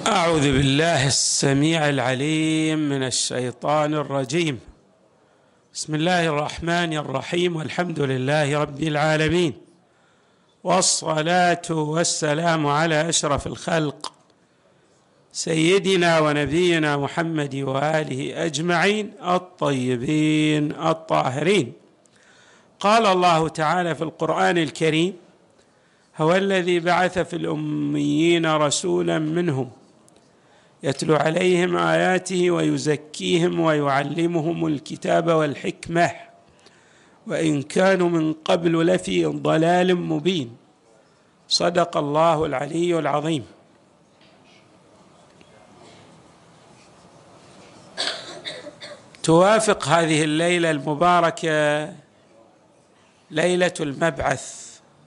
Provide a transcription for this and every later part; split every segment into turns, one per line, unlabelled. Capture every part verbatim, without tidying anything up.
أعوذ بالله السميع العليم من الشيطان الرجيم. بسم الله الرحمن الرحيم، والحمد لله رب العالمين، والصلاة والسلام على أشرف الخلق سيدنا ونبينا محمد وآله أجمعين الطيبين الطاهرين. قال الله تعالى في القرآن الكريم: هو الذي بعث في الأميين رسولا منهم يتلو عليهم آياته ويزكيهم ويعلمهم الكتاب والحكمة وإن كانوا من قبل لفي ضلال مبين. صدق الله العلي العظيم. توافق هذه الليلة المباركة ليلة المبعث،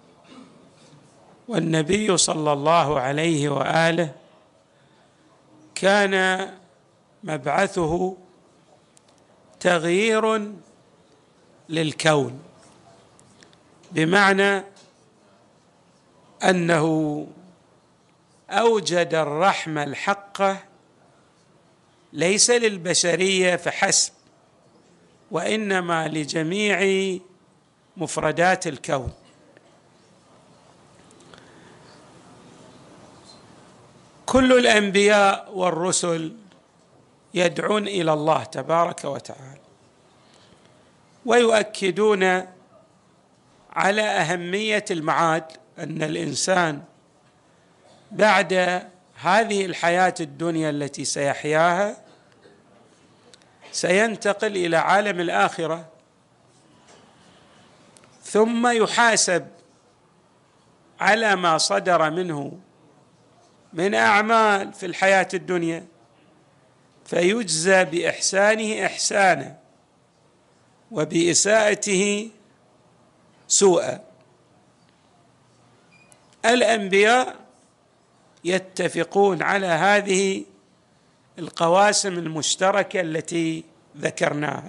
والنبي صلى الله عليه وآله كان مبعثه تغيير للكون، بمعنى أنه أوجد الرحمة الحقة ليس للبشرية فحسب، وإنما لجميع مفردات الكون. كل الأنبياء والرسل يدعون إلى الله تبارك وتعالى، ويؤكدون على أهمية المعاد، أن الإنسان بعد هذه الحياة الدنيا التي سيحياها سينتقل إلى عالم الآخرة، ثم يحاسب على ما صدر منه من أعمال في الحياة الدنيا، فيجزى بإحسانه إحسانا وبإساءته سوءا. الأنبياء يتفقون على هذه القواسم المشتركة التي ذكرناها: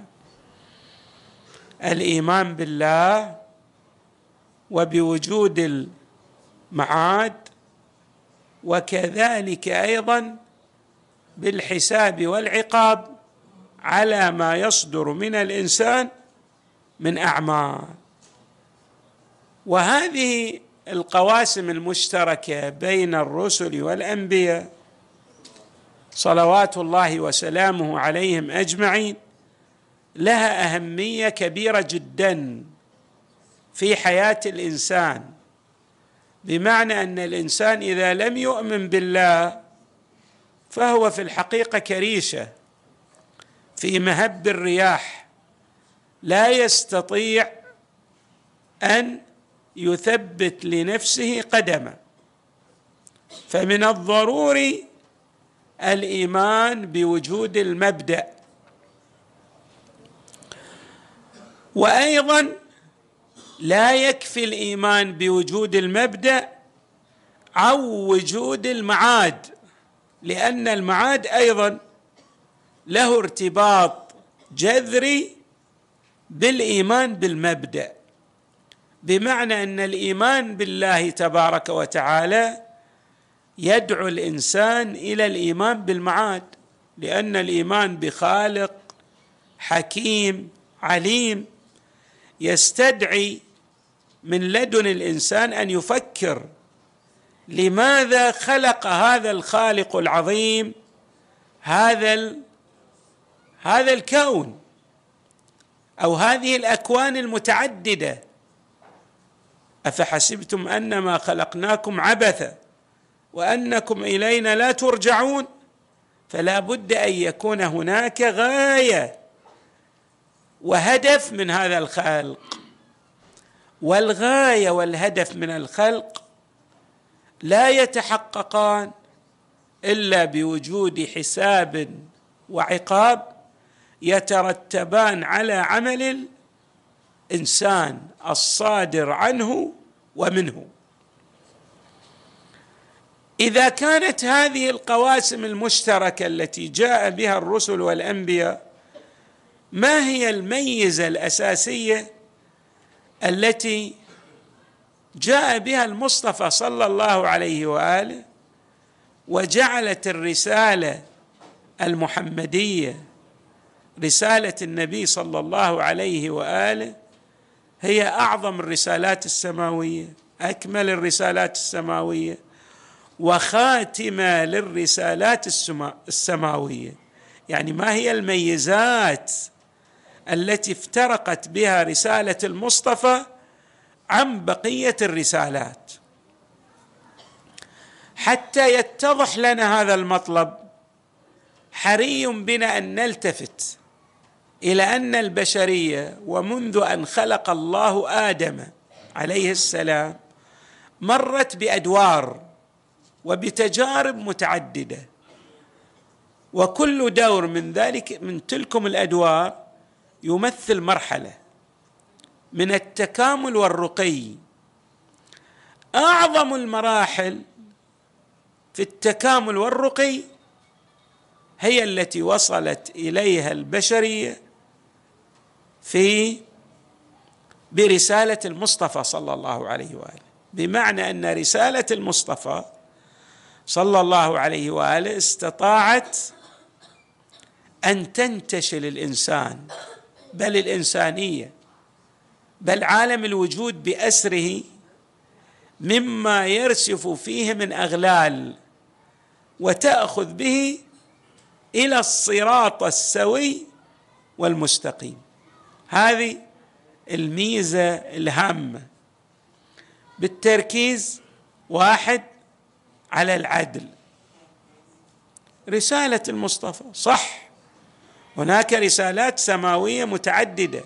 الإيمان بالله وبوجود المعاد، وكذلك أيضا بالحساب والعقاب على ما يصدر من الإنسان من أعمال. وهذه القواسم المشتركة بين الرسل والأنبياء صلوات الله وسلامه عليهم أجمعين لها أهمية كبيرة جدا في حياة الإنسان، بمعنى أن الإنسان إذا لم يؤمن بالله فهو في الحقيقة كريشة في مهب الرياح، لا يستطيع أن يثبت لنفسه قدما. فمن الضروري الإيمان بوجود المبدأ، وأيضا لا يكفي الإيمان بوجود المبدأ أو وجود المعاد، لأن المعاد أيضا له ارتباط جذري بالإيمان بالمبدأ، بمعنى أن الإيمان بالله تبارك وتعالى يدعو الإنسان إلى الإيمان بالمعاد، لأن الإيمان بخالق حكيم عليم يستدعي من لدن الإنسان أن يفكر: لماذا خلق هذا الخالق العظيم هذا هذا الكون أو هذه الأكوان المتعددة؟ أفحسبتم أنما خلقناكم عبثا وأنكم إلينا لا ترجعون. فلا بد أن يكون هناك غاية وهدف من هذا الخلق، والغاية والهدف من الخلق لا يتحققان إلا بوجود حساب وعقاب يترتبان على عمل الإنسان الصادر عنه ومنه. إذا كانت هذه القواسم المشتركة التي جاء بها الرسل والأنبياء، ما هي الميزة الأساسية التي جاء بها المصطفى صلى الله عليه وآله وجعلت الرسالة المحمدية رسالة النبي صلى الله عليه وآله هي أعظم الرسالات السماوية، أكمل الرسالات السماوية، وخاتمة للرسالات السماوية. يعني ما هي الميزات التي افترقت بها رسالة المصطفى عن بقية الرسالات؟ حتى يتضح لنا هذا المطلب حري بنا أن نلتفت إلى أن البشرية ومنذ أن خلق الله آدم عليه السلام مرت بأدوار وبتجارب متعددة، وكل دور من ذلك من تلكم الأدوار يمثل مرحلة من التكامل والرقي. أعظم المراحل في التكامل والرقي هي التي وصلت إليها البشرية في برسالة المصطفى صلى الله عليه وآله، بمعنى أن رسالة المصطفى صلى الله عليه وآله استطاعت أن تنتشل الإنسان، بل الإنسانية، بل عالم الوجود بأسره مما يرسف فيه من أغلال، وتأخذ به إلى الصراط السوي والمستقيم. هذه الميزة الهامة بالتركيز. واحد، على العدل. رسالة المصطفى صح هناك رسالات سماوية متعددة،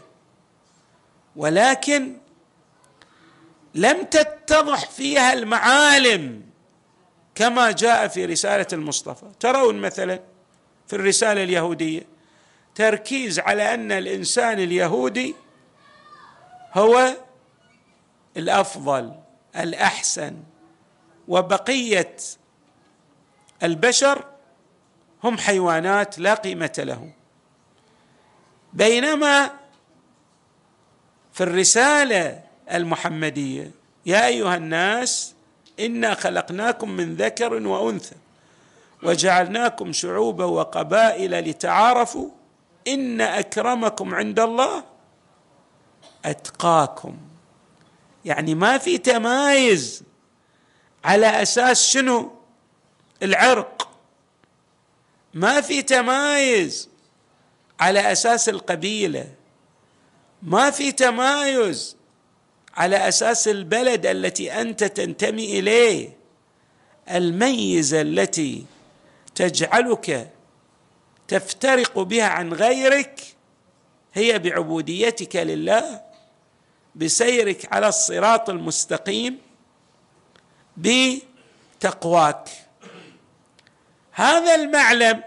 ولكن لم تتضح فيها المعالم كما جاء في رسالة المصطفى. ترون مثلا في الرسالة اليهودية تركيز على أن الإنسان اليهودي هو الأفضل الأحسن، وبقية البشر هم حيوانات لا قيمة لهم. بينما في الرسالة المحمدية يا أيها الناس إنا خلقناكم من ذكر وأنثى وجعلناكم شعوبا وقبائل لتعارفوا إن أكرمكم عند الله أتقاكم. يعني ما في تمايز على أساس شنو؟ العرق، ما في تمايز على أساس القبيلة، ما في تمايز على أساس البلد التي أنت تنتمي إليه. الميزة التي تجعلك تفترق بها عن غيرك هي بعبوديتك لله، بسيرك على الصراط المستقيم، بتقواك. هذا المعلم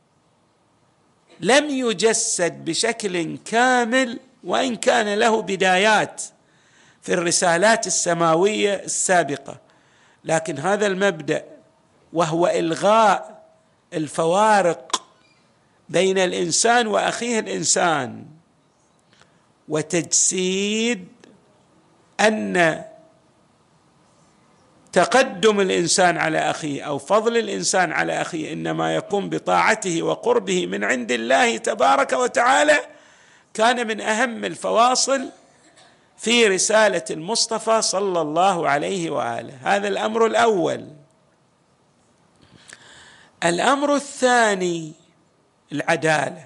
لم يجسد بشكل كامل، وإن كان له بدايات في الرسالات السماوية السابقة، لكن هذا المبدأ وهو إلغاء الفوارق بين الإنسان وأخيه الإنسان، وتجسيد أن تقدم الإنسان على أخيه أو فضل الإنسان على أخيه إنما يكون بطاعته وقربه من عند الله تبارك وتعالى، كان من أهم الفواصل في رسالة المصطفى صلى الله عليه وآله. هذا الأمر الأول. الأمر الثاني العدالة.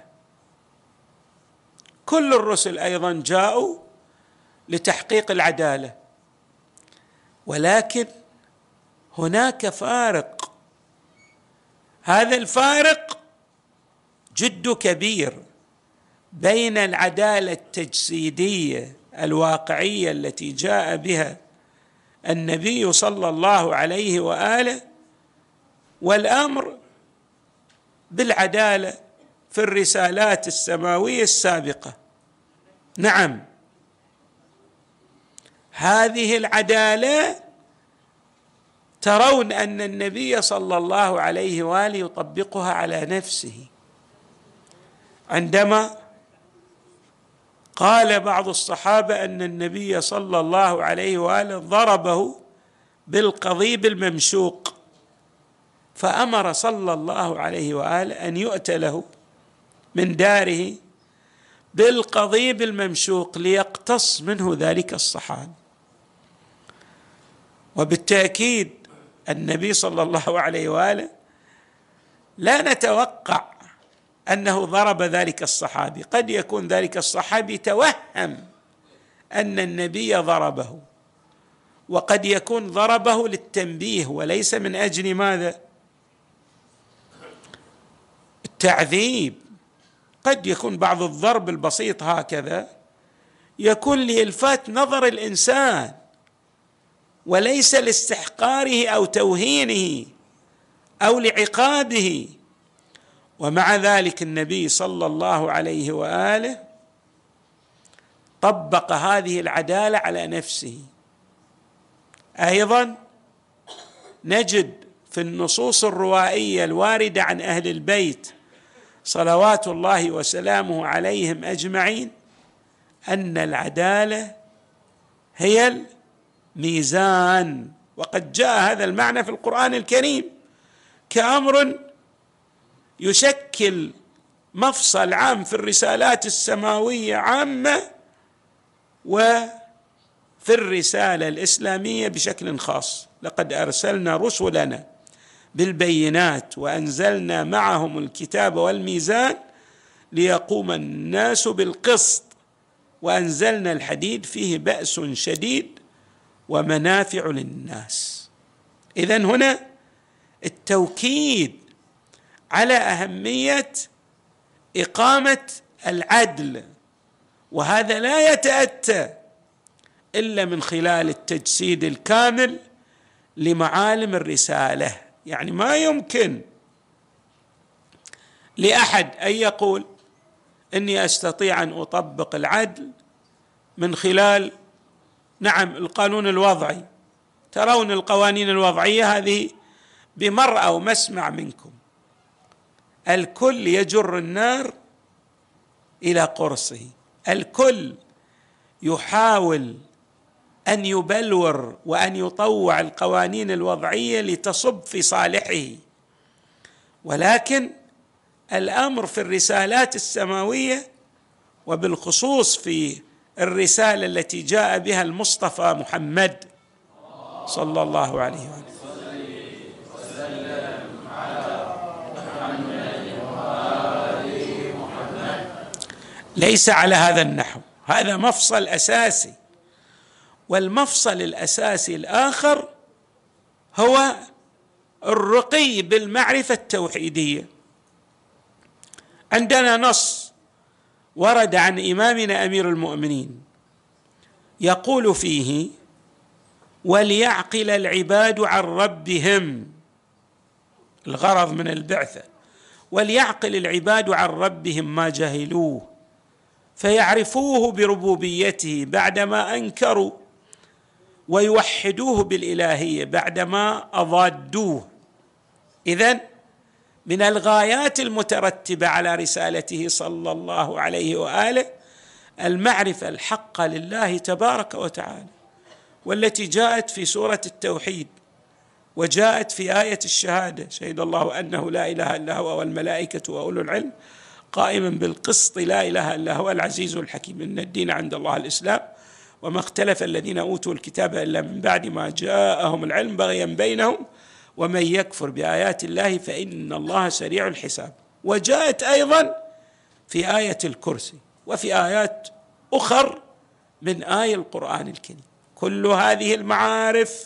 كل الرسل أيضا جاءوا لتحقيق العدالة، ولكن هناك فارق. هذا الفارق جد كبير بين العدالة التجسيدية الواقعية التي جاء بها النبي صلى الله عليه وآله، والأمر بالعدالة في الرسالات السماوية السابقة. نعم، هذه العدالة ترون أن النبي صلى الله عليه وآله يطبقها على نفسه، عندما قال بعض الصحابة أن النبي صلى الله عليه وآله ضربه بالقضيب الممشوق، فأمر صلى الله عليه وآله أن يؤتى له من داره بالقضيب الممشوق ليقتص منه ذلك الصحابي. وبالتأكيد النبي صلى الله عليه وآله لا نتوقع أنه ضرب ذلك الصحابي، قد يكون ذلك الصحابي توهم أن النبي ضربه، وقد يكون ضربه للتنبيه وليس من أجل ماذا؟ التعذيب. قد يكون بعض الضرب البسيط هكذا يكون لإلفات نظر الإنسان وليس لاستحقاره أو توهينه أو لعقابه. ومع ذلك النبي صلى الله عليه وآله طبق هذه العدالة على نفسه. أيضا نجد في النصوص الروائية الواردة عن أهل البيت صلوات الله وسلامه عليهم أجمعين أن العدالة هي الميزان، وقد جاء هذا المعنى في القرآن الكريم كأمر يشكل مفصل عام في الرسالات السماوية عامة وفي الرسالة الإسلامية بشكل خاص. لقد أرسلنا رسلنا بالبينات وأنزلنا معهم الكتاب والميزان ليقوم الناس بالقسط وأنزلنا الحديد فيه بأس شديد ومنافع للناس. إذن هنا التوكيد على أهمية إقامة العدل، وهذا لا يتأتى إلا من خلال التجسيد الكامل لمعالم الرسالة. يعني ما يمكن لأحد أن يقول إني أستطيع أن أطبق العدل من خلال نعم القانون الوضعي. ترون القوانين الوضعية هذه بمرأى ومسمع منكم، الكل يجر النار إلى قرصه، الكل يحاول أن يبلور وأن يطوع القوانين الوضعية لتصب في صالحه. ولكن الأمر في الرسالات السماوية وبالخصوص في الرسالة التي جاء بها المصطفى محمد صلى الله عليه وسلم ليس على هذا النحو. هذا مفصل أساسي. والمفصل الأساسي الآخر هو الرقي بالمعرفة التوحيدية. عندنا نص ورد عن إمامنا أمير المؤمنين يقول فيه: وليعقل العباد عن ربهم، الغرض من البعثة، وليعقل العباد عن ربهم ما جهلوه فيعرفوه بربوبيته بعدما أنكروا، ويوحدوه بالإلهية بعدما أضادوه. إذن من الغايات المترتبة على رسالته صلى الله عليه وآله المعرفة الحقة لله تبارك وتعالى، والتي جاءت في سورة التوحيد وجاءت في آية الشهادة: شهد الله أنه لا إله إلا هو والملائكة وأولو العلم قائما بالقسط لا إله إلا هو العزيز الحكيم، إن الدين عند الله الإسلام وما اختلف الذين أوتوا الكتاب إلا من بعد ما جاءهم العلم بغيا بينهم ومن يكفر بآيات الله فإن الله سريع الحساب. وجاءت أيضا في آية الكرسي وفي آيات أخر من آية القرآن الكريم. كل هذه المعارف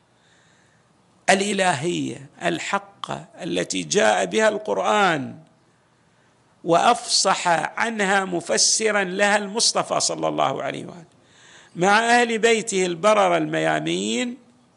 الإلهية الحقة التي جاء بها القرآن وأفصح عنها مفسرا لها المصطفى صلى الله عليه وآله مع أهل بيته البرر الميامين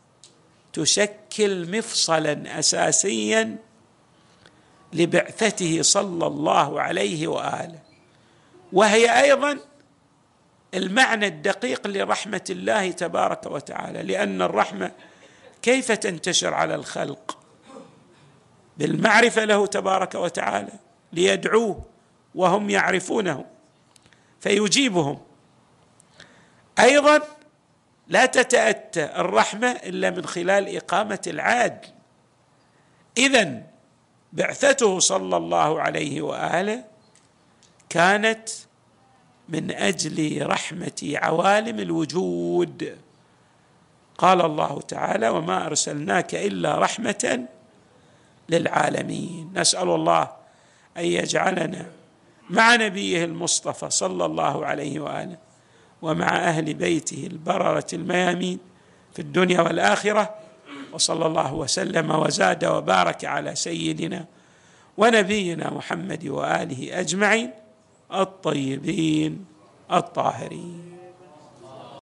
تشكل مفصلا أساسيا لبعثته صلى الله عليه وآله، وهي أيضا المعنى الدقيق لرحمة الله تبارك وتعالى. لأن الرحمة كيف تنتشر على الخلق؟ بالمعرفة له تبارك وتعالى، ليدعوه وهم يعرفونه فيجيبهم. أيضا لا تتأتى الرحمة إلا من خلال إقامة العدل. إذن بعثته صلى الله عليه وآله كانت من أجل رحمة عوالم الوجود. قال الله تعالى: وما أرسلناك إلا رحمة للعالمين. نسأل الله أن يجعلنا مع نبيه المصطفى صلى الله عليه وآله ومع أهل بيته البررة الميامين في الدنيا والآخرة. وصلى الله وسلم وزاد وبارك على سيدنا ونبينا محمد وآله أجمعين الطيبين الطاهرين.